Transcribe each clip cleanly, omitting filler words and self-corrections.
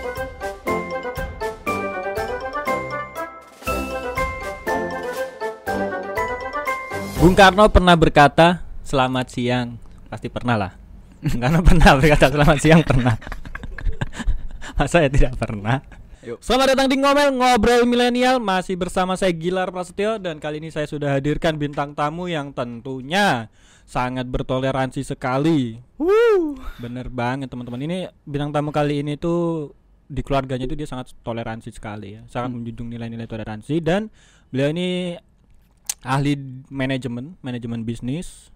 Bung Karno pernah berkata selamat siang. Pasti pernah lah. Bung Karno pernah berkata selamat siang, pernah. Masa ya tidak pernah? Yuk. Selamat datang di Ngomel Ngobrol Milenial. Masih bersama saya Gilar Prasetyo. Dan kali ini saya sudah hadirkan bintang tamu yang tentunya sangat bertoleransi sekali. Bener banget teman-teman. Ini bintang tamu kali ini tuh di keluarganya itu dia sangat toleransi sekali ya. Sangat menjunjung nilai-nilai toleransi. Dan beliau ini ahli manajemen bisnis.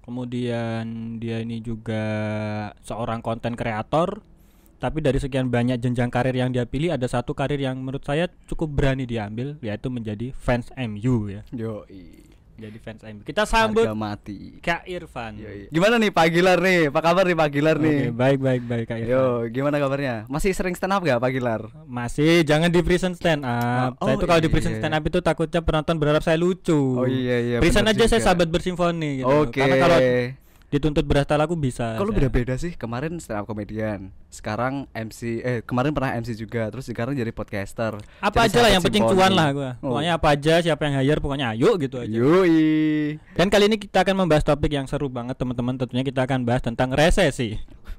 Kemudian dia ini juga seorang konten kreator. Tapi dari sekian banyak jenjang karir yang dia pilih, ada satu karir yang menurut saya cukup berani diambil, yaitu menjadi fans MU ya. Yoi. Jadi fans MU. Kita sambut Harga mati. Kak Irfan. Yoi. Gimana nih Pak Gilar nih? Apa kabar nih Pak Gilar nih? Baik Kak Irfan. Yo, gimana kabarnya? Masih sering stand up gak Pak Gilar? Masih, jangan di present stand up. Saya itu kalau di present stand up itu takutnya penonton berharap saya lucu. Oh iya. Present aja juga. saya sahabat bersimfoni gitu. Oke. Karena kalau dituntut berhasta laku bisa. Kalau beda-beda sih, kemarin stand up comedian, sekarang MC, kemarin pernah MC juga, terus sekarang jadi podcaster. Apa jadi aja lah yang penting simponi. cuan lah gua. Pokoknya apa aja, siapa yang hire pokoknya ayo gitu aja. Yoi. Dan kali ini kita akan membahas topik yang seru banget teman-teman. Tentunya kita akan bahas tentang resesi.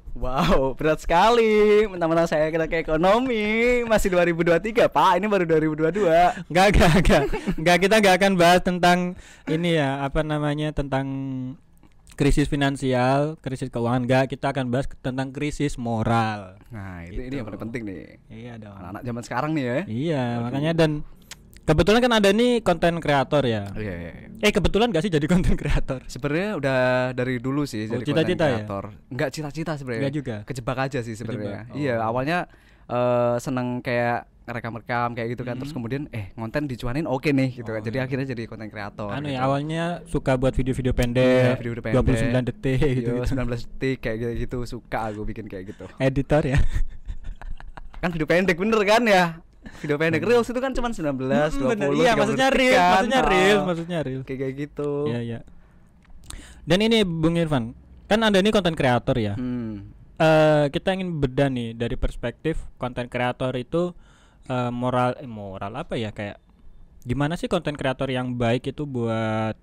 Wow, berat sekali. Mentang-mentang saya kena ke ekonomi, masih 2023, Pak. Ini baru 2022. Enggak, kita enggak akan bahas tentang ini ya, apa namanya, tentang krisis finansial, krisis keuangan. Enggak, kita akan bahas tentang krisis moral. Nah, Gitu. ini yang paling penting nih. Iya dong. Anak-anak zaman sekarang nih ya. Iya, makanya dan kebetulan kan ada nih konten kreator ya. Iya. Kebetulan gak sih jadi konten kreator? Sebenarnya udah dari dulu sih jadi cita-cita ya? kreator. Enggak cita-cita sebenarnya. Enggak juga. Kejebak aja sih sebenarnya. Kejebak. Iya, awalnya seneng kayak rekam kayak gitu kan, terus kemudian konten dicuanin oke nih gitu kan. Jadi akhirnya jadi konten kreator. Anu gitu. ya, awalnya suka buat video-video pendek, Iya, video pendek 29 detik gitu. 19 detik kayak gitu, suka aku bikin kayak gitu. Editor ya. Kan video pendek bener kan ya? Video pendek reels itu kan cuma 19, 20. Bener. Iya, 30 maksudnya detik real, kan. maksudnya real. Kayak gitu. Iya. Dan ini Bung Irfan, kan Anda ini konten kreator ya. Kita ingin bedah nih dari perspektif konten kreator itu moral apa ya, kayak gimana sih konten kreator yang baik itu buat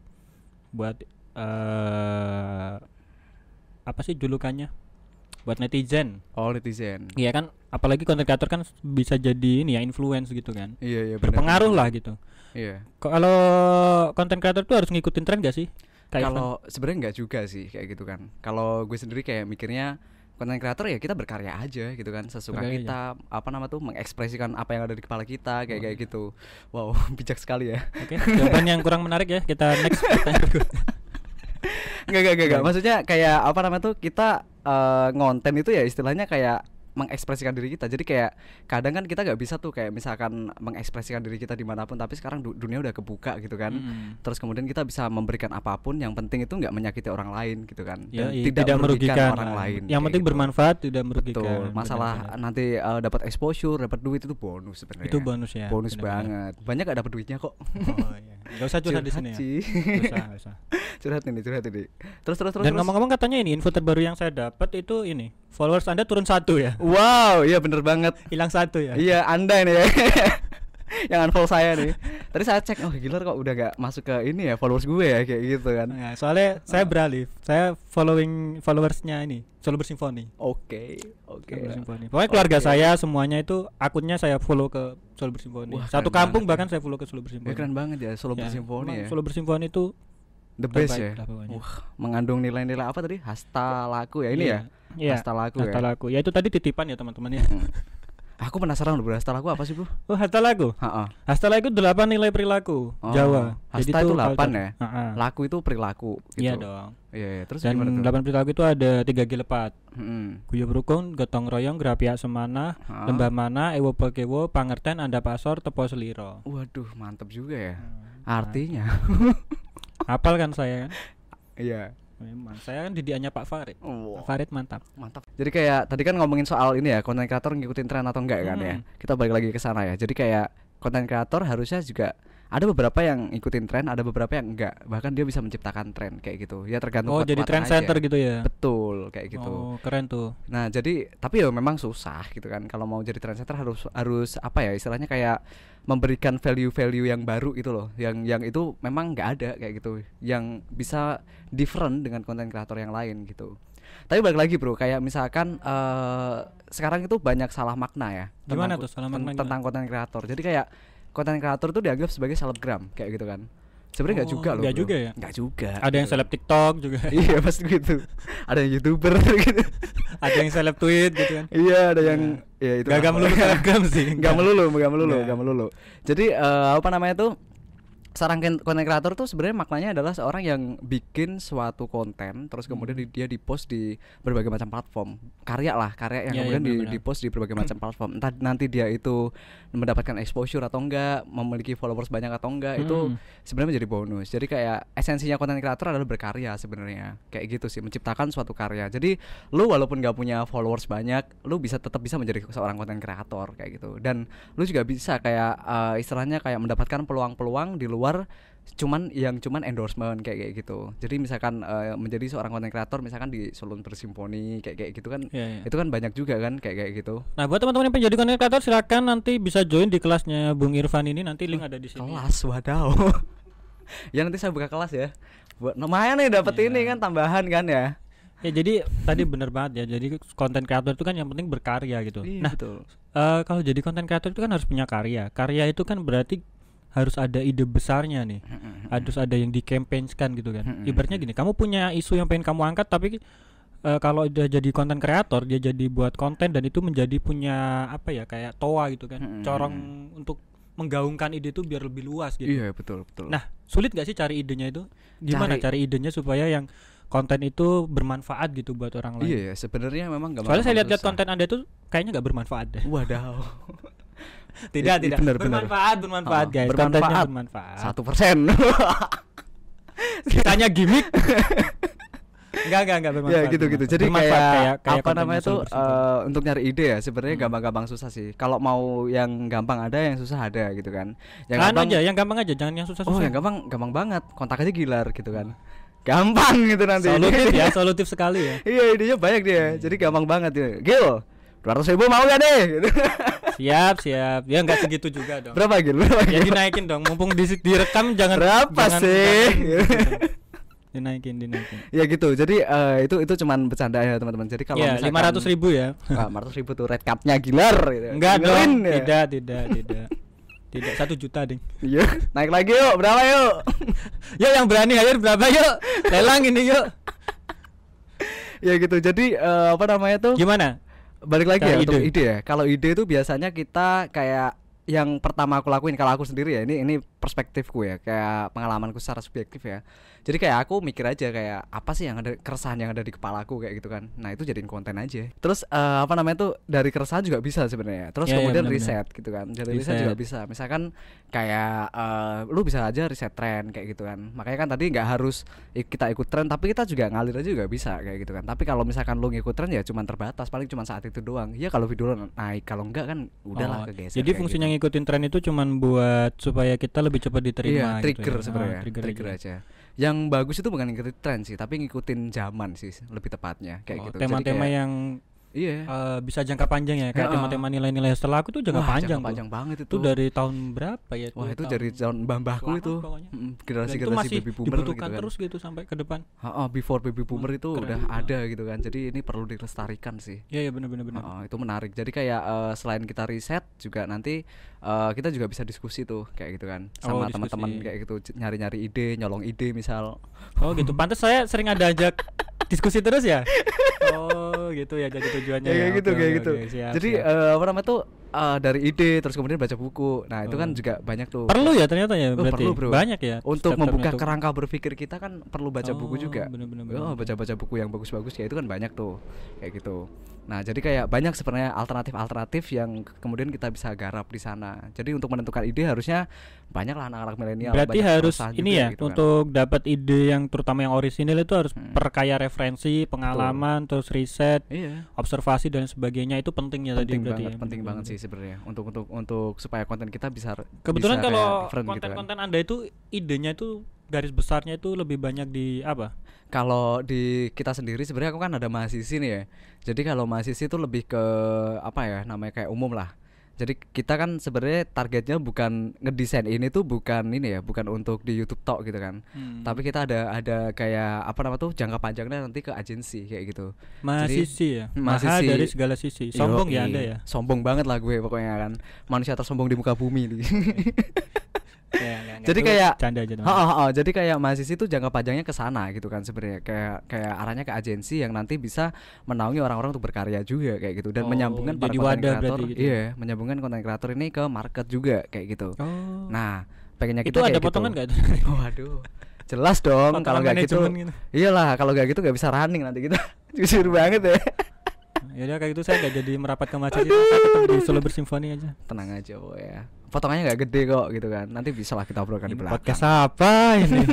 apa sih julukannya? Buat netizen. Oh, netizen. Iya kan, apalagi konten kreator kan bisa jadi ini ya, influence gitu kan. Iya, berpengaruh lah gitu. Iya. Kalau konten kreator tuh harus ngikutin tren gak sih? Kalau sebenarnya enggak juga sih kayak gitu kan. Kalau gue sendiri kayak mikirnya konten kreator ya kita berkarya aja gitu kan, sesuka kita mengekspresikan apa yang ada di kepala kita kayak gitu. Wow, bijak sekali ya. Oke, jawaban yang kurang menarik ya. Kita next pertanyaan berikutnya. Enggak. Maksudnya kayak kita ngonten itu ya istilahnya kayak mengekspresikan diri kita. Jadi kayak kadang kan kita nggak bisa tuh kayak misalkan mengekspresikan diri kita dimanapun, tapi sekarang dunia udah kebuka gitu kan. Terus kemudian kita bisa memberikan apapun, yang penting itu nggak menyakiti orang lain gitu kan. Dan tidak merugikan orang lain. Yang penting gitu. bermanfaat, tidak merugikan. Betul. Masalah nanti dapat exposure, dapat duit itu bonus sebenarnya. Itu bonus ya. Bonus banget. Banyak gak dapat duitnya kok. Oh iya. Gak usah curhat di sini ya. Gak usah. Curhat ini. Terus. Dan ngomong-ngomong katanya ini info terbaru yang saya dapat itu ini, followers Anda turun 1 ya. Wow, iya bener banget. Hilang 1 ya. Iya, Anda ini ya. Yang unfollow saya nih. Tadi saya cek, oh Gilar kok udah gak masuk ke ini ya, followers gue ya kayak gitu kan. Nah, soalnya saya beralih. Saya followersnya ini Solo Bersimfoni. Oke. Pokoknya keluarga saya semuanya itu akunnya saya follow ke Solo Bersimfoni. Wah, satu keren kampung banget bahkan saya follow ke Solo Bersimfoni. Ya, keren banget ya Solo Bersimfoni ya. Solo Bersimfoni itu the best ya. Lah, mengandung nilai-nilai apa tadi? Hasta laku ya ini ya. Iya. Hasta laku ya. Hasta laku. Ya itu tadi titipan ya teman-teman ya. Aku penasaran loh, hasta laku apa sih, Bro? Oh, hasta laku. Hasta laku 8 nilai perilaku Jawa. Hasta itu 8 ya. Laku itu perilaku gitu. Iya dong. Iya, terus dan gimana tuh? 8 perilaku itu ada 3 gilepat. Guyub rukun, gotong royong, gerapiak semana, lembah mana, ewo pekewo, pangerten, anda pasor, tepo seliro. Waduh, mantep juga ya. Artinya. Hafal kan saya kan? Iya. Memang saya kan didikannya Pak Farid. Pak Farid mantap. Jadi kayak tadi kan ngomongin soal ini ya, konten kreator ngikutin tren atau enggak kan ya. Kita balik lagi ke sana ya. Jadi kayak konten kreator harusnya juga ada beberapa yang ikutin tren, ada beberapa yang enggak. Bahkan dia bisa menciptakan tren kayak gitu. Ya tergantung Oh, jadi kekuatan trendsetter aja. gitu ya. Betul, kayak gitu. Oh, keren tuh. Nah, jadi tapi ya memang susah gitu kan. Kalau mau jadi trendsetter harus apa ya, istilahnya kayak memberikan value-value yang baru gitu loh. Yang itu memang nggak ada kayak gitu. Yang bisa different dengan konten kreator yang lain gitu. Tapi balik lagi bro, kayak misalkan sekarang itu banyak salah makna ya. Gimana tuh salah makna tentang konten kreator. Jadi kayak konten kreator tuh dianggap sebagai selebgram kayak gitu kan. Sebenarnya nggak juga loh. Nggak bro. juga ya. Nggak juga. Ada yang seleb TikTok juga. Iya pasti gitu. Ada yang YouTuber gitu. Ada yang seleb tweet gitu kan. Iya ada yang ya itu. Gak melulu selebgram sih. Nggak melulu. Jadi apa namanya tuh? Seorang konten kreator tuh sebenarnya maknanya adalah seorang yang bikin suatu konten terus kemudian dia di-post di berbagai macam platform. Karya yang kemudian di-post di berbagai macam platform. Entah nanti dia itu mendapatkan exposure atau enggak, memiliki followers banyak atau enggak, itu sebenarnya menjadi bonus. Jadi kayak esensinya konten kreator adalah berkarya sebenarnya. Kayak gitu sih, menciptakan suatu karya. Jadi lu walaupun enggak punya followers banyak, lu tetap bisa menjadi seorang konten kreator kayak gitu. Dan lu juga bisa kayak istilahnya kayak mendapatkan peluang-peluang di luar cuman endorsement kayak gitu. Jadi misalkan menjadi seorang konten kreator misalkan di Solun Bersimponi kayak gitu kan. Itu kan banyak juga kan kayak gitu. Nah, buat teman-teman yang pengen jadi konten kreator silakan nanti bisa join di kelasnya Bung Irfan ini, nanti link ada di sini. Kelas wadaw. Ya nanti saya buka kelas ya. Buat lumayan nih dapat ini kan tambahan kan ya. Ya jadi tadi bener banget ya. Jadi konten kreator itu kan yang penting berkarya gitu. Iya, nah, betul. Kalau jadi konten kreator itu kan harus punya karya. Karya itu kan berarti harus ada ide besarnya nih. Harus ada yang di-campaign-kan gitu kan. Ibaratnya gini, kamu punya isu yang pengen kamu angkat tapi kalau udah jadi konten kreator dia jadi buat konten dan itu menjadi punya apa ya kayak toa gitu kan. Corong untuk menggaungkan ide itu biar lebih luas gitu. Iya, betul. Nah, sulit gak sih cari idenya itu? Gimana cari idenya supaya yang konten itu bermanfaat gitu buat orang lain? Iya, sebenarnya memang gampang. Soalnya saya lihat konten Anda tuh kayaknya gak bermanfaat deh. Wadaw. Tidak. Bener. Bermanfaat guys. Bermanfaat. Kontennya bermanfaat. 1%. Sisanya gimmick. Enggak bermanfaat. Ya gitu. Jadi kayak apa namanya tuh untuk nyari ide ya sebenarnya gampang susah sih. Kalau mau yang gampang ada, yang susah ada gitu kan. Yang gampang aja, jangan yang susah-susah. Oh, yang gampang banget. Kontak aja Gilar gitu kan. Gampang gitu nanti. Solutif sekali ya. Iya, idenya banyak dia. Jadi gampang banget ya. Gil, 200.000 mau gak deh? Gitu. Siap. Ya nggak segitu juga dong. Berapa Gil? Ya dinaikin dong. Mumpung direkam jangan. Berapa sih? Dinaikin. Ya gitu. Jadi itu cuman bercanda ya teman-teman. Jadi kalau ya, misalkan 500.000 ya. 500.000 tuh red cupnya Gilar gitu. Enggak dong. Ya? Tidak. 1 juta ding. Iya, naik lagi yuk. Berapa yuk? Yuk yang berani hadir berapa yuk? Lelang ini yuk. Ya gitu. Jadi apa namanya tuh? Gimana? Balik lagi ya untuk ide ya. Kalau ide itu biasanya kita kayak yang pertama aku lakuin kalau aku sendiri ya, ini perspektifku ya, kayak pengalamanku secara subjektif ya. Jadi kayak aku mikir aja kayak apa sih yang ada, keresahan yang ada di kepalaku kayak gitu kan. Nah, itu jadiin konten aja. Terus apa namanya tuh, dari keresahan juga bisa sebenarnya. Terus kemudian riset gitu kan. Jadi riset juga bisa. Misalkan kayak lu bisa aja riset tren kayak gitu kan. Makanya kan tadi nggak harus kita ikut tren, tapi kita juga ngalir aja juga bisa kayak gitu kan. Tapi kalau misalkan lu ngikut tren ya cuman terbatas, paling cuma saat itu doang. Ya kalau video naik, kalau enggak kan udahlah kegeser. Jadi fungsinya gitu. Ngikutin tren itu cuman buat supaya kita lebih cepat diterima. Iya, trigger gitu ya. Sebenarnya. Trigger aja. Yang bagus itu bukan ngikutin tren sih, tapi ngikutin zaman sih lebih tepatnya kayak gitu. Tema-tema yang bisa jangka panjang ya, kayak tema-tema nilai-nilai setelah aku tuh jangka panjang. Panjang banget itu. Itu dari tahun berapa ya? Wah, itu dari tahun mbah-mbahku itu. Generasi baby boomer dibutuhkan gitu kan. Terus gitu sampai ke depan. Before baby boomer itu udah ada gitu kan. Jadi ini perlu dilestarikan sih. Iya benar. Itu menarik. Jadi kayak selain kita riset juga nanti kita juga bisa diskusi tuh kayak gitu kan sama teman-teman kayak gitu, nyari-nyari ide, nyolong ide misal. Oh gitu. Pantes saya sering ada ajak diskusi terus ya. Oh gitu ya, jadi tujuannya ya. Kayak gitu. Jadi apa namanya tuh dari ide terus kemudian baca buku. Nah, itu kan juga banyak tuh. Perlu ya ternyata ya, berarti. Perlu, bro. Banyak ya. Untuk membuka kerangka berpikir kita kan perlu baca buku juga. Bener. Baca buku yang bagus-bagus ya, itu kan banyak tuh. Kayak gitu. Nah, jadi kayak banyak sebenarnya alternatif yang kemudian kita bisa garap di sana. Jadi untuk menentukan ide harusnya banyak lah anak-anak milenial. Berarti banyak harus perusahaan ini juga ya gitu kan. untuk dapat ide yang terutama yang orisinil itu harus perkaya referensi, pengalaman, terus riset, Iya. observasi dan sebagainya itu pentingnya tadi Penting berarti banget, ya. penting banget sih sebenarnya untuk supaya konten kita bisa Kebetulan bisa kalau kayak different gitu kan. konten-konten Anda itu idenya itu garis besarnya itu lebih banyak di apa? Kalau di kita sendiri sebenarnya aku kan ada mahasiswa nih ya. Jadi kalau mahasiswa itu lebih ke apa ya namanya kayak umum lah. Jadi kita kan sebenarnya targetnya bukan ngedesain ini tuh bukan ini ya, bukan untuk di YouTube tok gitu kan. Tapi kita ada kayak apa nama tuh jangka panjangnya nanti ke agensi kayak gitu. Mahasiswa ya. Maha mahasiswa dari segala sisi. Sombong ya Anda ya. Sombong banget lah gue pokoknya kan. Manusia tersombong di muka bumi nih. Enggak, Jadi itu kayak canda aja teman. jadi kayak mahasiswa itu jangka panjangnya ke sana gitu kan sebenarnya kayak arahnya ke agensi yang nanti bisa menaungi orang-orang untuk berkarya juga kayak gitu dan menyambungkan para jadi konten wadah kreator berarti gitu. iya menyambungkan konten kreator ini ke market juga kayak gitu. Nah pengennya Itu kita ada kayak potongan gitu. nggak itu? Waduh jelas dong Potongan kalau nggak gitu, manajemen gitu. iyalah kalau nggak gitu nggak bisa running nanti kita jujur banget ya. Ya udah kayak gitu saya nggak jadi merapat ke mahasiswa, saya tetap di Solo Bersimfoni aja. Tenang aja ya potongannya nggak gede kok gitu kan nanti bisa lah kita obrolkan di belakang. Podcast apa ini?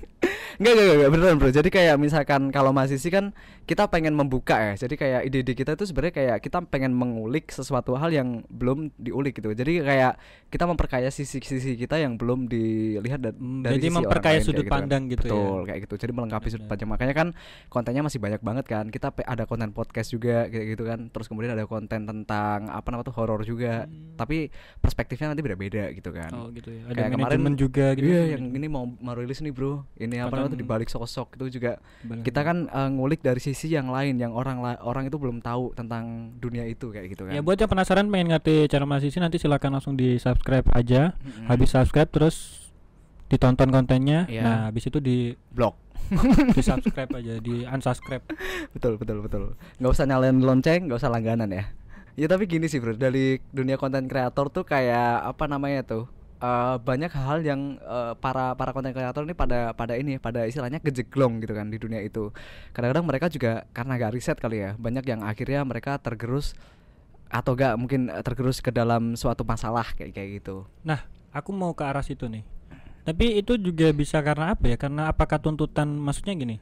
Enggak beneran bro. Jadi kayak misalkan kalau mahasiswa kan kita pengen membuka ya. Jadi kayak ide-ide kita itu sebenarnya kayak kita pengen mengulik sesuatu hal yang belum diulik gitu. Jadi kayak kita memperkaya sisi-sisi kita yang belum dilihat dari jadi sisi memperkaya orang lain sudut kayak gitu pandang kan. gitu ya. Betul kayak gitu. Jadi melengkapi sudut pandang. Makanya kan kontennya masih banyak banget kan. Kita ada konten podcast juga kayak gitu kan. Terus kemudian ada konten tentang apa namanya tuh horor juga. Tapi perspektifnya nanti beda-beda gitu kan. Oh gitu ya. Ada Kayak manajemen juga gitu. Iya, yang ini mau rilis nih bro. Ini apa namanya tuh dibalik sosok itu juga kita kan ngulik dari sisi yang lain yang orang itu belum tahu tentang dunia itu kayak gitu kan. Ya buat yang penasaran pengen ngerti cara mahasiswa nanti silakan langsung di subscribe aja. Habis subscribe terus ditonton kontennya. Iya. Nah habis itu di blog. di subscribe aja, di unsubscribe. Betul. Nggak usah nyalain lonceng, nggak usah langganan ya. Ya tapi gini sih bro, dari dunia konten kreator tuh kayak apa namanya tuh banyak hal yang para konten kreator ini pada istilahnya kejeglong gitu kan di dunia itu. Kadang-kadang mereka juga karena gak riset kali ya, banyak yang akhirnya mereka tergerus atau gak mungkin tergerus ke dalam suatu masalah kayak gitu. Nah aku mau ke arah situ nih. Tapi itu juga bisa karena apa ya? Karena apakah tuntutan, maksudnya gini,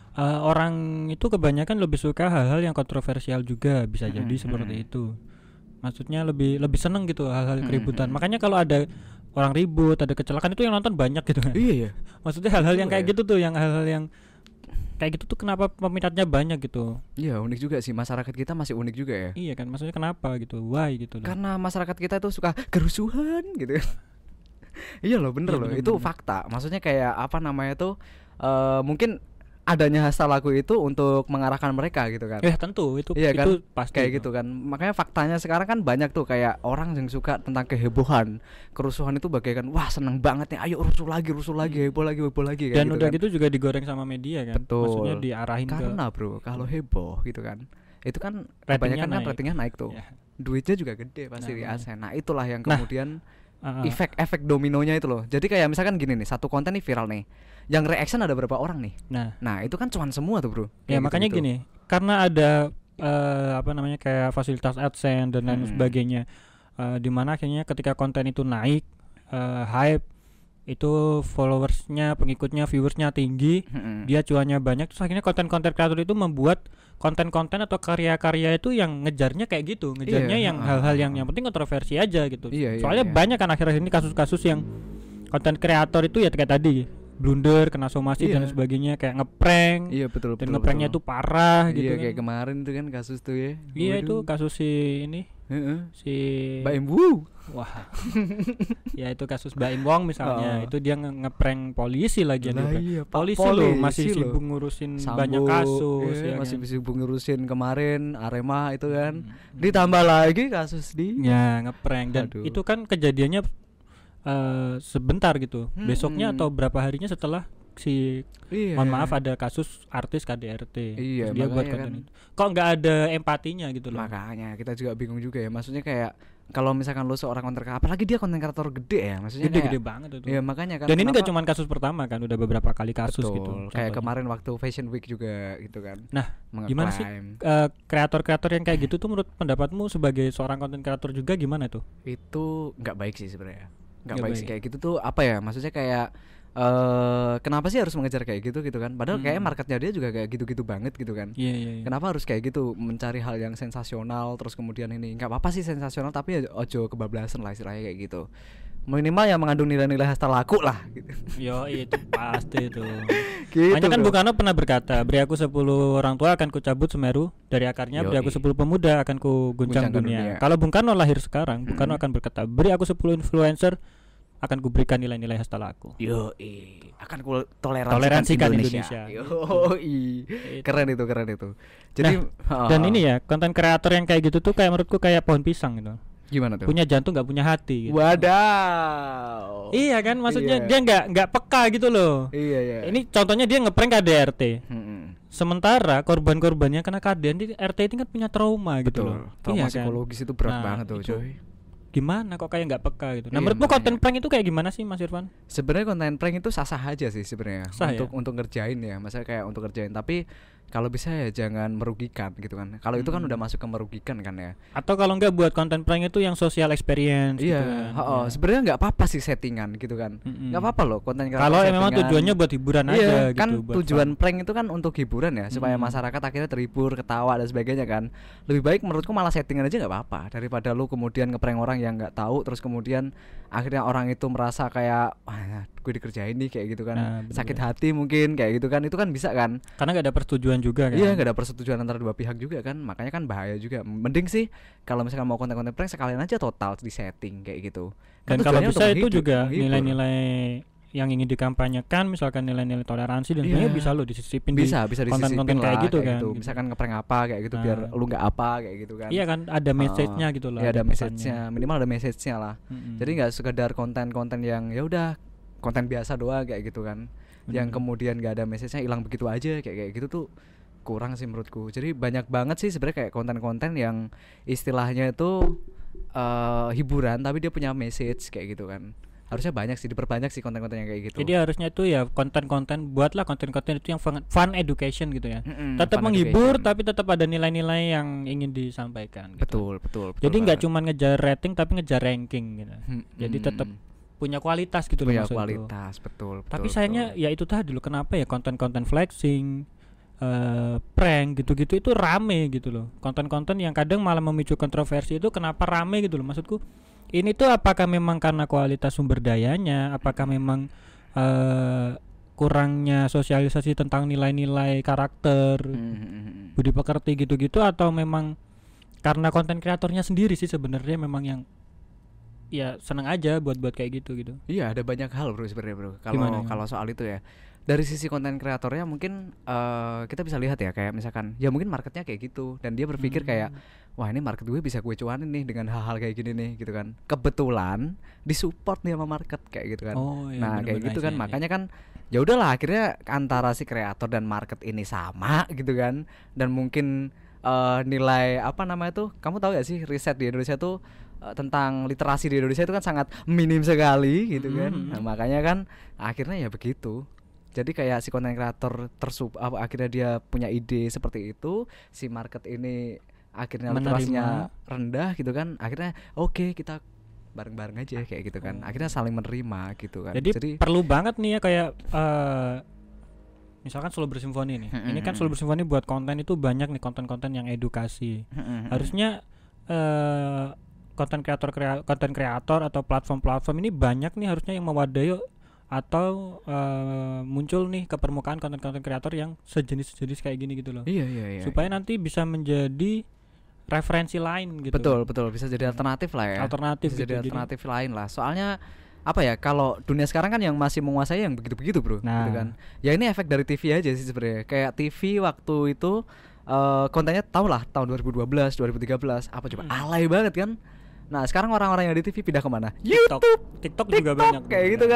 orang itu kebanyakan lebih suka hal-hal yang kontroversial juga, bisa jadi seperti itu. Maksudnya lebih seneng gitu hal-hal keributan. Makanya kalau ada orang ribut, ada kecelakaan itu yang nonton banyak gitu kan. Iya. Maksudnya hal-hal yang kayak gitu tuh, yang hal-hal yang kayak gitu tuh kenapa peminatnya banyak gitu. Iya unik juga sih, masyarakat kita masih unik juga ya. Iya kan, maksudnya kenapa gitu, why gitu loh. Karena masyarakat kita tuh suka kerusuhan gitu. Iya loh bener loh, itu fakta. Maksudnya kayak apa namanya tuh mungkin adanya hashtag lagu itu untuk mengarahkan mereka gitu kan. Tentu itu iya kan? Itu pasti kayak gitu kan. Makanya faktanya sekarang kan banyak tuh kayak orang yang suka tentang kehebohan, kerusuhan itu bagaikan wah seneng banget nih, ayo rusuh lagi, heboh lagi kayak dan gitu udah kan. gitu juga digoreng sama media kan. Betul. Maksudnya diarahin karena bro kalau heboh gitu kan, itu kan ratingnya kebanyakan kan ratingnya naik tuh. Duitnya juga gede pasti di AdSense. Nah itulah yang kemudian efek dominonya itu loh. Jadi kayak misalkan gini nih, satu konten nih viral nih, yang reaction ada berapa orang nih. Nah itu kan cuan semua tuh bro. Ya makanya gitu. Gini, karena ada apa namanya kayak fasilitas AdSense dan lain sebagainya, dimana akhirnya ketika konten itu naik, hype, itu followersnya, pengikutnya, viewersnya tinggi, dia cuannya banyak, terus akhirnya konten-konten kreator itu membuat konten-konten atau karya-karya itu yang ngejarnya kayak gitu, ngejarnya yang hal-hal yang penting kontroversi aja gitu. Soalnya banyak kan akhir-akhir ini kasus-kasus yang konten kreator itu ya kayak tadi blunder, kena somasi dan sebagainya, kayak ngeprank. Iya betul. Dan ngepranknya tuh parah gitu kan. Kayak kemarin tuh kan kasus tuh ya. Iya itu kasus si ini. Si Baim Wu. Wah. Ya itu kasus Baim Wong misalnya. Itu dia ngeprank polisi lagi ya. Iya, polisi loh masih sibuk ngurusin banyak kasus ya masih sibuk ngurusin kemarin Arema itu kan. Ditambah lagi kasus ya ngeprank dan itu kan kejadiannya sebentar gitu. Besoknya atau berapa harinya setelah toksik. Iya. Mohon maaf ada kasus artis KDRT. Iya, Terus dia buat makanya konten kan. itu. Kok nggak ada empatinya gitu loh. Makanya kita juga bingung juga ya. Maksudnya kayak kalau misalkan lu seorang konten kreator, apalagi dia konten kreator gede ya, maksudnya Gede-gede kayak banget itu. iya makanya kan. Dan ini kenapa- nggak cuma kasus pertama kan, udah beberapa kali kasus betul, gitu. kayak contohnya. kemarin waktu Fashion Week juga gitu kan. Nah, gimana sih Mengeklaim. kreator-kreator yang kayak gitu tuh menurut pendapatmu sebagai seorang konten kreator juga gimana tuh? Itu nggak baik sih sebenarnya. Nggak Nggak baik baik. sih kayak gitu tuh apa ya? Maksudnya kayak kenapa sih harus mengejar kayak gitu kan? Padahal kayak marketnya dia juga kayak gitu-gitu banget gitu kan. Iya, iya, iya. Kenapa harus kayak gitu mencari hal yang sensasional terus kemudian ini nggak apa-apa sih sensasional tapi ya ojo kebablasan lah istilahnya kayak gitu. Minimal yang mengandung nilai-nilai hasta laku lah gitu. Yo, itu pasti itu. Gitu, Hanya kan bro. Bung Karno pernah berkata, beri aku 10 orang tua akan kucabut Semeru dari akarnya, beri aku Yoi. 10 pemuda akan ku guncang Guncangkan dunia. dunia. Kalau Bung Karno lahir sekarang, Bung Karno akan berkata, beri aku 10 influencer akan kuberikan nilai-nilai hasta laku. Akan ku Toleransikan Indonesia. Yoi. Keren itu. Jadi Dan ini ya, konten kreator yang kayak gitu tuh kayak menurutku kayak pohon pisang gitu. gimana tuh? Punya jantung nggak punya hati gitu. Wadaw. Iya kan, maksudnya Iya. dia nggak peka gitu loh. Iya iya. Ini contohnya dia ngeprank KDRT. Mm-mm. Sementara korban-korbannya kena KDRT ini kan punya trauma gitu loh. Betul. Trauma Iya kan? psikologis itu berat Nah, banget tuh, itu coy. Gimana kok kayak nggak peka gitu. Nah, Iya, menurutmu makanya. konten prank itu kayak gimana sih Mas Irfan? Sebenarnya konten prank itu sah-sah aja sih sebenarnya Sah ya? untuk ngerjain ya, maksudnya kayak untuk ngerjain tapi kalau bisa ya jangan merugikan gitu kan. Kalau itu kan udah masuk ke merugikan kan ya. Atau kalau nggak buat konten prank itu yang social experience gitu Iya, kan. heeh. Iya. Sebenarnya nggak apa-apa sih settingan gitu kan. Mm-mm. Nggak apa-apa loh konten kreator Kalau memang settingan. tujuannya buat hiburan Iya, aja kan gitu, buat tujuan fun. prank itu kan untuk hiburan ya, supaya masyarakat akhirnya terhibur, ketawa dan sebagainya kan. Lebih baik menurutku malah settingan aja nggak apa-apa daripada lu kemudian ngeprank orang yang nggak tahu terus kemudian akhirnya orang itu merasa kayak wah gue dikerjain nih kayak gitu kan. Nah, bener-bener. Sakit hati mungkin kayak gitu kan. Itu kan bisa kan. Karena nggak ada persetujuan juga kan. Iya, nggak ada persetujuan antara dua pihak juga kan. Makanya kan bahaya juga. Mending sih kalau misalkan mau konten-konten prank sekalian aja total di setting kayak gitu. Dan Kan kalau tujuannya bisa untuk itu menghibur, juga menghibur. nilai-nilai yang ingin dikampanyekan, misalkan nilai-nilai toleransi dan Iya. sebagainya bisa lo disisipin bisa di disisipin konten-konten lah, kayak gitu kan. gitu. Misalkan ngeprank apa kayak gitu biar Nah. lu nggak apa kayak gitu kan. Iya kan ada message-nya gitu loh. Ya ada pesannya. message-nya, minimal ada message-nya lah. Mm-mm. Jadi nggak sekedar konten-konten yang ya udah konten biasa doang kayak gitu kan. Yang kemudian nggak ada message-nya hilang begitu aja kayak gitu tuh kurang sih menurutku. Jadi banyak banget sih sebenarnya kayak konten-konten yang istilahnya itu hiburan tapi dia punya message kayak gitu kan. Harusnya banyak sih, diperbanyak sih konten-konten yang kayak gitu. Jadi harusnya itu ya konten-konten, buatlah konten-konten itu yang fun education gitu ya. Tetap fun menghibur education. tapi tetap ada nilai-nilai yang ingin disampaikan gitu. Betul. Jadi nggak banget. cuma ngejar rating tapi ngejar ranking gitu. Jadi tetap punya kualitas gitu loh punya maksudku. kualitas, betul. Tapi sayangnya ya itu tadi loh, kenapa ya konten-konten flexing, prank gitu-gitu itu rame gitu loh. Konten-konten yang kadang malah memicu kontroversi itu kenapa rame gitu loh maksudku. Ini tuh apakah memang karena kualitas sumber dayanya, apakah memang kurangnya sosialisasi tentang nilai-nilai karakter, budi pekerti gitu-gitu, atau memang karena konten kreatornya sendiri sih sebenarnya memang yang ya seneng aja buat kayak gitu. Iya, ada banyak hal bro sebenarnya bro. Gimana? Kalau soal itu ya, dari sisi konten kreatornya mungkin kita bisa lihat ya kayak misalkan ya mungkin marketnya kayak gitu dan dia berpikir kayak wah ini market gue bisa gue cuanin nih dengan hal-hal kayak gini nih gitu kan. Kebetulan disupport nih sama market kayak gitu kan. Oh, iya, nah kayak bener-bener gitu sih, kan iya. makanya kan ya udahlah akhirnya antara si kreator dan market ini sama gitu kan dan mungkin nilai apa namanya tuh kamu tahu gak sih riset di Indonesia tuh tentang literasi di Indonesia itu kan sangat minim sekali gitu kan. Nah, makanya kan akhirnya ya begitu. Jadi kayak si konten kreator akhirnya dia punya ide seperti itu, si market ini akhirnya Menerima. literasinya rendah gitu kan. Akhirnya oke, kita bareng-bareng aja kayak gitu kan. Akhirnya saling menerima gitu kan. Jadi perlu banget nih ya kayak misalkan Solo Bersimfoni nih. Ini kan Solo Bersimfoni buat konten itu banyak nih konten-konten yang edukasi. Harusnya konten kreator atau platform-platform ini banyak nih harusnya yang mewadahi atau muncul nih ke permukaan konten-konten kreator yang sejenis kayak gini gitu loh. Iya. Supaya nanti bisa menjadi referensi lain gitu. Betul bisa jadi alternatif lah ya. Alternatif bisa gitu. jadi alternatif lain lah. Soalnya apa ya kalau dunia sekarang kan yang masih menguasai yang begitu-begitu bro, Nah. gitu kan. Ya ini efek dari TV aja sih sebenarnya. Kayak TV waktu itu kontennya tau lah tahun 2012, 2013 apa coba alay banget kan. Nah sekarang orang-orang yang di TV pindah kemana? TikTok juga banyak kayak gitu kan.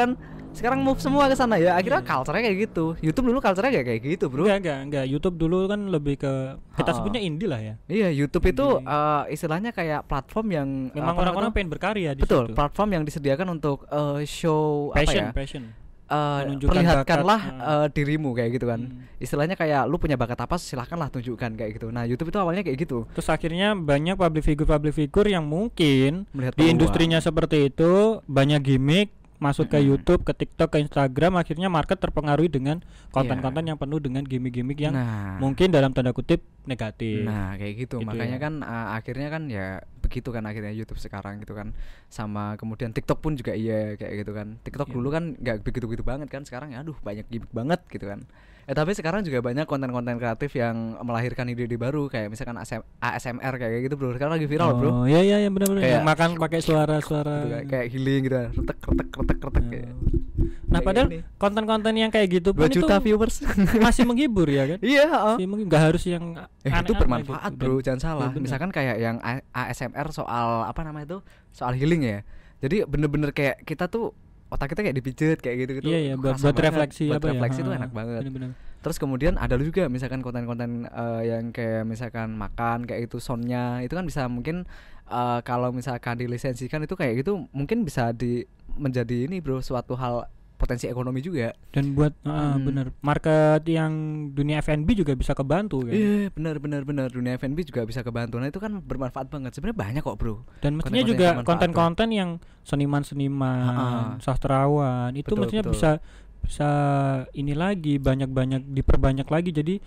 sekarang move semua ke sana ya. Akhirnya culture-nya kayak gitu. YouTube dulu culture-nya kayak gitu, Bro. Enggak. YouTube dulu kan lebih ke kita sebutnya indie lah ya. Iya, YouTube itu istilahnya kayak platform yang memang orang-orang pengen berkarya di betul, situ. platform yang disediakan untuk show passion. Menunjukkan perlihatkanlah bakat, dirimu kayak gitu kan. Istilahnya kayak lu punya bakat apa silahkanlah tunjukkan kayak gitu. Nah YouTube itu awalnya kayak gitu. Terus akhirnya banyak public figure yang mungkin Melihat di peluang. industrinya seperti itu banyak gimmick masuk ke YouTube, ke TikTok, ke Instagram, akhirnya market terpengaruhi dengan konten-konten yang penuh dengan gimmick-gimmick yang mungkin dalam tanda kutip negatif. Nah kayak gitu, makanya ya. kan akhirnya kan ya begitu kan akhirnya YouTube sekarang gitu kan. Sama kemudian TikTok pun juga iya kayak gitu kan. TikTok dulu kan nggak begitu-begitu banget kan, sekarang ya aduh banyak gimmick banget gitu kan. Tapi sekarang juga banyak konten-konten kreatif yang melahirkan ide-ide baru kayak misalkan ASMR kayak gitu bro. Sekarang lagi viral bro. Oh iya benar-benar. Yang makan pakai suara-suara gitu, kayak healing gitu, retek. Nah padahal konten-konten yang kayak gitu pun 2 juta itu viewers masih menghibur ya kan? Iya. Nggak harus yang itu bermanfaat gitu. bro, jangan salah. Bener. Misalkan kayak yang ASMR soal apa namanya itu, soal healing ya. Jadi bener-bener kayak kita tuh otak kita kayak dipijet kayak gitu-gitu. Iya buat refleksi buat apa refleksi ya? itu enak banget. Bener-bener. Terus kemudian ada juga misalkan konten-konten yang kayak misalkan makan kayak itu soundnya itu kan bisa mungkin kalau misalkan dilisensikan itu kayak gitu mungkin bisa menjadi ini bro, suatu hal potensi ekonomi juga. Dan buat bener market yang dunia F&B juga bisa kebantu kan. Iya benar dunia F&B juga bisa kebantu. Nah itu kan bermanfaat banget. Sebenarnya banyak kok bro. Dan mestinya juga konten-konten yang seniman-seniman, sastrawan itu mestinya bisa ini lagi banyak diperbanyak lagi. Jadi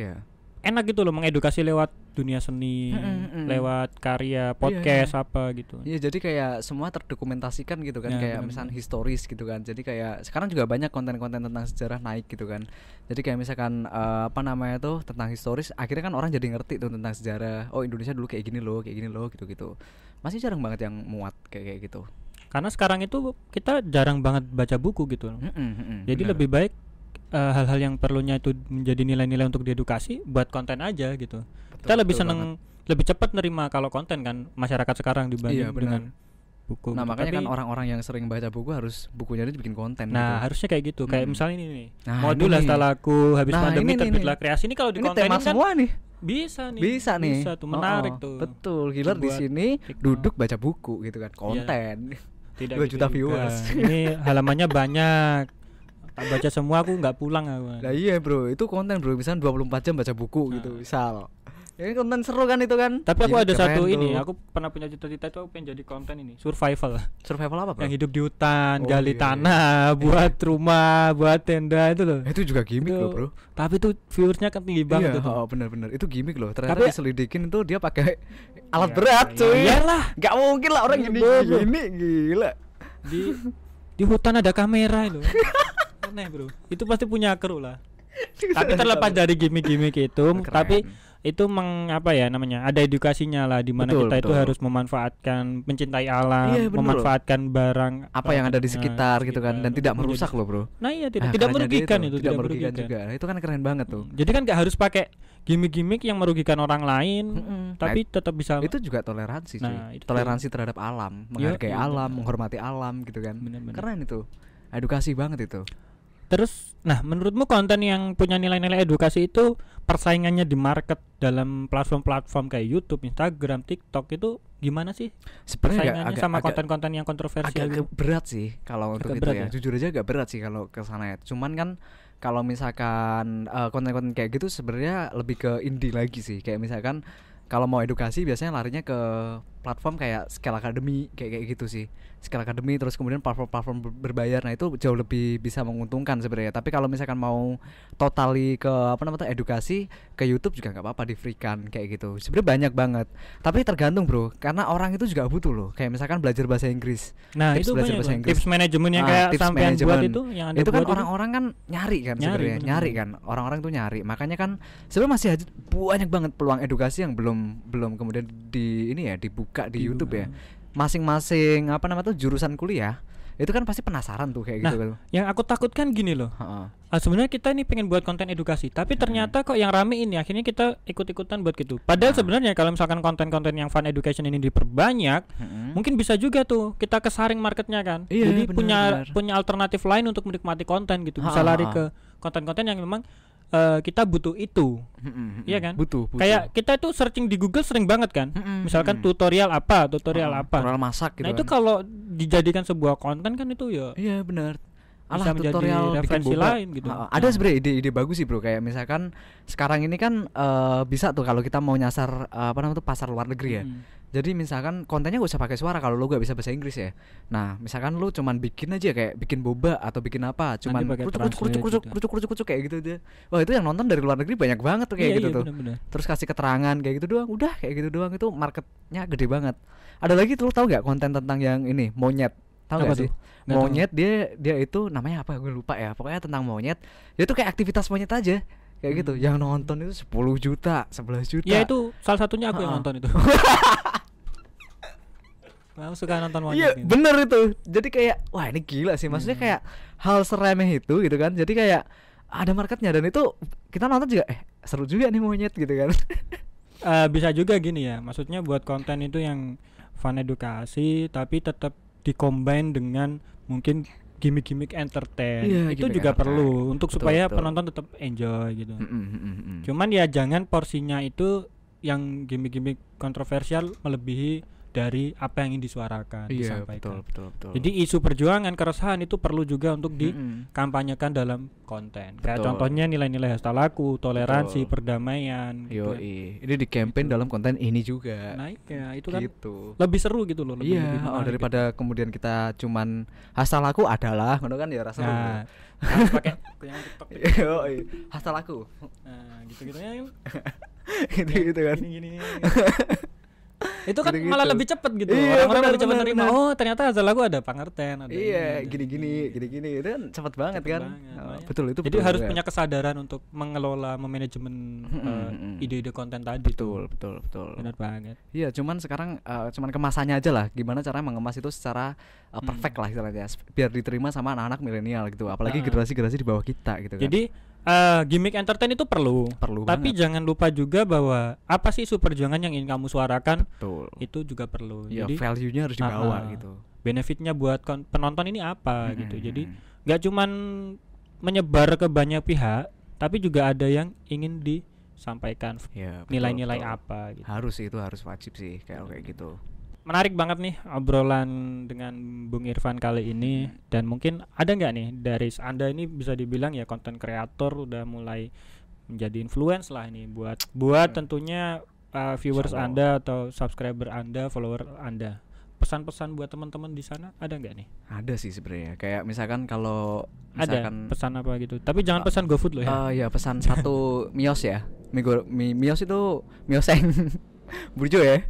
enak gitu loh mengedukasi lewat dunia seni, lewat karya podcast apa gitu. Iya jadi kayak semua terdokumentasikan gitu kan, kayak misalnya historis gitu kan. Jadi kayak sekarang juga banyak konten-konten tentang sejarah naik gitu kan. Jadi kayak misalkan apa namanya tuh tentang historis, akhirnya kan orang jadi ngerti tuh tentang sejarah. Oh Indonesia dulu kayak gini loh gitu-gitu. Masih jarang banget yang muat kayak gitu. Karena sekarang itu kita jarang banget baca buku gitu loh. Jadi lebih baik hal-hal yang perlunya itu menjadi nilai-nilai untuk diedukasi buat konten aja gitu. Kita lebih seneng lebih cepat nerima kalau konten kan masyarakat sekarang dibanding dengan buku. Nah makanya kan orang-orang yang sering baca buku harus bukunya itu bikin konten. Nah harusnya kayak gitu. Kayak misalnya ini nih, modul setelahku habis pandemi terbitlah kreasi. Ini kalau di konten tema kan semua nih. Bisa tuh menarik tuh. Betul. Gilar di sini duduk baca buku gitu kan, konten. 2 juta viewers. Ini halamannya banyak. Tak baca semua aku nggak pulang aku. Nah iya bro, itu konten bro, misalnya 24 jam baca buku gitu misal. Ini konten seru kan itu kan. Tapi aku ada satu ini, aku pernah punya cita-cita itu aku pengen jadi konten ini, survival. Survival apa bro? Yang hidup di hutan, gali tanah, buat rumah, buat tenda itu loh. Itu juga gimmick loh bro. Tapi tuh viewersnya kan tinggi banget itu. Oh benar-benar, itu gimmick loh. Ternyata diselidikin itu dia pakai alat berat cuy. Iyalah, nggak mungkin lah orang gini gila. Di hutan ada kamera itu. Aneh bro, itu pasti punya kru lah. Tapi terlepas dari gimmick-gimmick itu, tapi itu ada edukasinya lah, di mana kita itu harus memanfaatkan, mencintai alam, memanfaatkan barang apa yang ada di sekitar gitu kan, dan tidak merusak loh bro. Nah iya tidak merugikan itu, tidak merugikan juga. Itu kan keren banget tuh. Jadi kan nggak harus pakai gimmick-gimmick yang merugikan orang lain, tapi tetap bisa. Itu juga toleransi cuy. Toleransi terhadap alam, menghargai alam, menghormati alam gitu kan. Keren itu, edukasi banget itu. Terus, menurutmu konten yang punya nilai-nilai edukasi itu persaingannya di market dalam platform-platform kayak YouTube, Instagram, TikTok itu gimana sih? Sebenarnya agak sama konten-konten yang kontroversial. Agak berat sih kalau untuk itu ya. Jujur aja agak berat sih kalau ke sana ya. Cuman kan kalau misalkan konten-konten kayak gitu sebenarnya lebih ke indie lagi sih. Kayak misalkan kalau mau edukasi biasanya larinya ke platform kayak Scale Academy kayak gitu sih. Scale Academy terus kemudian platform berbayar. Nah, itu jauh lebih bisa menguntungkan sebenarnya. Tapi kalau misalkan mau totally ke edukasi, ke YouTube juga enggak apa-apa, di-free-kan kayak gitu. Sebenarnya banyak banget. Tapi tergantung, Bro. Karena orang itu juga butuh loh. Kayak misalkan belajar bahasa Inggris. Nah, tips itu belajar bahasa Inggris. Tips manajemen yang kayak sampean buat itu yang Anda itu kan orang-orang kan nyari kan sebenarnya. Nyari kan. Orang-orang tuh nyari. Makanya kan sebenarnya masih banyak banget peluang edukasi yang belum kemudian dibuka di YouTube ya. Masing-masing jurusan kuliah Itu kan pasti penasaran tuh kayak gitu kan. Yang aku takutkan gini loh. Heeh. Sebenarnya kita ini pengen buat konten edukasi, tapi ternyata kok yang rame ini akhirnya kita ikut-ikutan buat gitu. Padahal sebenarnya kalau misalkan konten-konten yang fun education ini diperbanyak, mungkin bisa juga tuh kita kesaring marketnya kan. Iya, Jadi benar. punya alternatif lain untuk menikmati konten gitu. Bisa lari ke konten-konten yang memang kita butuh itu. Iya kan? Butuh. Kayak kita itu searching di Google sering banget kan. Misalkan tutorial apa. Tutorial masak gitu. Nah, itu kan. kalau dijadikan sebuah konten kan itu ya Iya, benar. bisa menjadi tutorial bikin referensi boba lain gitu. Ada sebenarnya ide-ide bagus sih bro, kayak misalkan sekarang ini kan bisa tuh kalau kita mau nyasar pasar luar negeri ya. Jadi misalkan kontennya gak usah pakai suara kalau lo gak bisa bahasa Inggris ya. Nah misalkan lo cuman bikin aja kayak bikin boba atau bikin apa, cuman kucuk kayak gitu aja. Wah itu yang nonton dari luar negeri banyak banget tuh kayak gitu tuh. Bener-bener. Terus kasih keterangan kayak gitu doang, udah kayak gitu doang, itu marketnya gede banget. Ada lagi tuh lo tau gak konten tentang yang ini monyet? Tahu Apa gak sih? tuh? Nggak Monyet dia itu namanya apa gue lupa ya. Pokoknya tentang monyet. Dia tuh kayak aktivitas monyet aja. Kayak gitu. Yang nonton itu 10 juta, 11 juta. Ya itu salah satunya aku yang nonton itu. Aku suka nonton monyet. Iya, gitu. bener itu. Jadi kayak wah ini gila sih. Maksudnya kayak hal seremeh itu gitu kan. Jadi kayak ada marketnya dan itu kita nonton juga seru juga nih monyet gitu kan. Bisa juga gini ya. Maksudnya buat konten itu yang fun edukasi tapi tetap dicombine dengan mungkin gimmick-gimmick entertain. Iya, itu gimmick juga entertain. perlu untuk Betul, supaya betul. penonton tetap enjoy gitu. Mm. Cuman ya jangan porsinya itu yang gimmick-gimmick kontroversial melebihi dari apa yang ingin disuarakan, Iya, disampaikan. betul. Jadi isu perjuangan keresahan itu perlu juga untuk dikampanyekan dalam konten. Kayak Betul. contohnya nilai-nilai hasta laku, toleransi, Betul. perdamaian. Gitu. Yoi. Ini di campaign dalam konten ini juga. Nah, ya itu kan Gitu. lebih seru gitu loh, lebih Iya, menarik daripada kemudian kita cuman hashtag laku adalah, ngono kan ya gitu. rasanya. Nah, harus pakai yang TikTok. Yoi, hashtag laku. Nah, gitu-gitunya kan. Gitu kan. Gini. Itu kan Gitu-gitu. malah lebih cepet gitu. Iya, Orang-orang lebih cepat benar, nerima. benar. Oh, ternyata asal lagu ada pengertian, ada Iya, ini, ada gini-gini itu kan cepet banget Cepet kan. banget, Oh, makanya. betul itu. Jadi betul harus juga. punya kesadaran untuk mengelola, memanajemen ide-ide konten tadi. Betul. Benar banget. Iya, cuman sekarang cuman kemasannya aja lah. Gimana cara mengemas itu secara perfect lah istilahnya, biar diterima sama anak-anak milenial gitu. Apalagi generasi-generasi di bawah kita gitu kan. Jadi gimmick entertain itu perlu tapi banget. jangan lupa juga bahwa apa sih isu perjuangan yang ingin kamu suarakan, Betul. itu juga perlu. Iya, Jadi value-nya harus dibawa gitu. benefitnya buat penonton ini apa gitu. Jadi nggak cuman menyebar ke banyak pihak, tapi juga ada yang ingin disampaikan Ya, nilai-nilai betul. apa gitu. Harus sih, itu harus wajib sih kayak gitu. Menarik banget nih obrolan dengan Bung Irfan kali ini. Dan mungkin ada nggak nih dari Anda ini bisa dibilang ya konten kreator udah mulai menjadi influence lah ini buat tentunya viewers Insyaallah. Anda atau subscriber Anda, follower Anda. Pesan-pesan buat teman-teman di sana ada nggak nih? Ada sih sebenarnya. Kayak misalkan kalau Ada misalkan pesan apa gitu. Tapi jangan pesan GoFood loh ya. ya pesan satu mios ya. Mios itu mioseng. Burjo ya.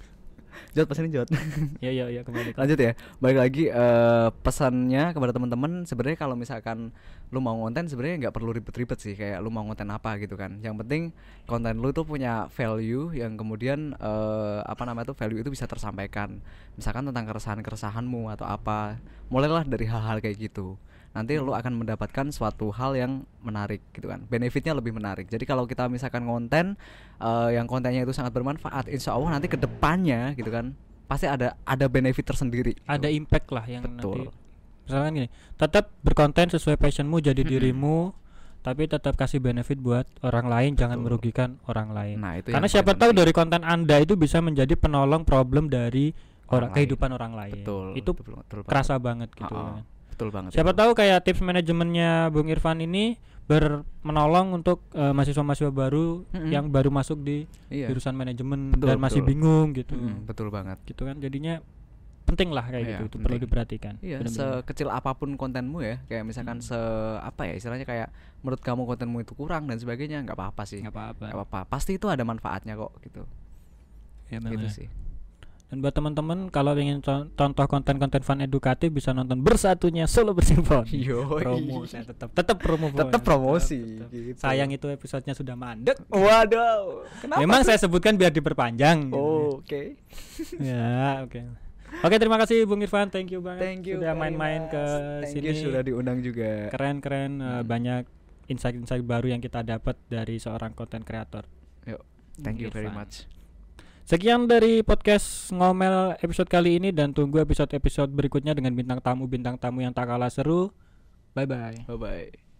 Jod pesanin Jod. Iya kembali. Lanjut ya. Balik lagi pesannya kepada teman-teman, sebenarnya kalau misalkan lu mau konten sebenarnya nggak perlu ribet-ribet sih, kayak lu mau konten apa gitu kan. Yang penting konten lu tuh punya value yang kemudian value itu bisa tersampaikan. Misalkan tentang keresahan-keresahanmu atau apa. Mulailah dari hal-hal kayak gitu. Nanti lu akan mendapatkan suatu hal yang menarik gitu kan. Benefitnya lebih menarik. Jadi kalau kita misalkan konten yang kontennya itu sangat bermanfaat, insya Allah nanti ke depannya gitu kan pasti ada benefit tersendiri gitu. Ada impact lah yang Betul. nanti. Misalkan gini, tetap berkonten sesuai passionmu, jadi dirimu, tapi tetap kasih benefit buat orang lain, jangan merugikan orang lain. Nah, itu Karena yang siapa paling tahu penting. dari konten Anda itu bisa menjadi penolong problem dari Orang lain. kehidupan orang lain. Betul. Itu betul kerasa banget gitu. Ha-ha. Ya. Betul banget. Siapa itu. tahu kayak tips manajemennya Bung Irfan ini menolong untuk mahasiswa-mahasiswa baru yang baru masuk di Iya. jurusan manajemen Betul, dan masih betul. bingung gitu. Betul banget. Gitu kan jadinya penting lah kayak Iya, gitu. Itu penting. perlu diperhatikan. Iya, Bener-bener. sekecil apapun kontenmu ya, kayak misalkan istilahnya kayak menurut kamu kontenmu itu kurang dan sebagainya, nggak apa-apa sih. Nggak apa-apa. Nggak apa-apa. Pasti itu ada manfaatnya kok gitu. Ya, Gitu bener. sih. Dan buat teman-teman kalau ingin contoh konten-konten fun edukatif bisa nonton Bersatunya Solo Bersimfoni. Yoi. Promo saya tetap promo. Tetap promosi gitu. Sayang itu episodenya sudah mandek. Waduh. Kenapa? Memang saya sebutkan biar diperpanjang. Gitu. Oh, oke. Ya, oke. Oke, terima kasih Bung Irfan, thank you banget Thank you sudah very main-main ke much. Thank you sini. sudah diundang juga. Keren-keren, banyak insight-insight baru yang kita dapat dari seorang konten kreator. Yuk, thank you very Irfan. much. Sekian dari podcast Ngomel episode kali ini, dan tunggu episode-episode berikutnya dengan bintang tamu yang tak kalah seru. Bye bye. Bye bye.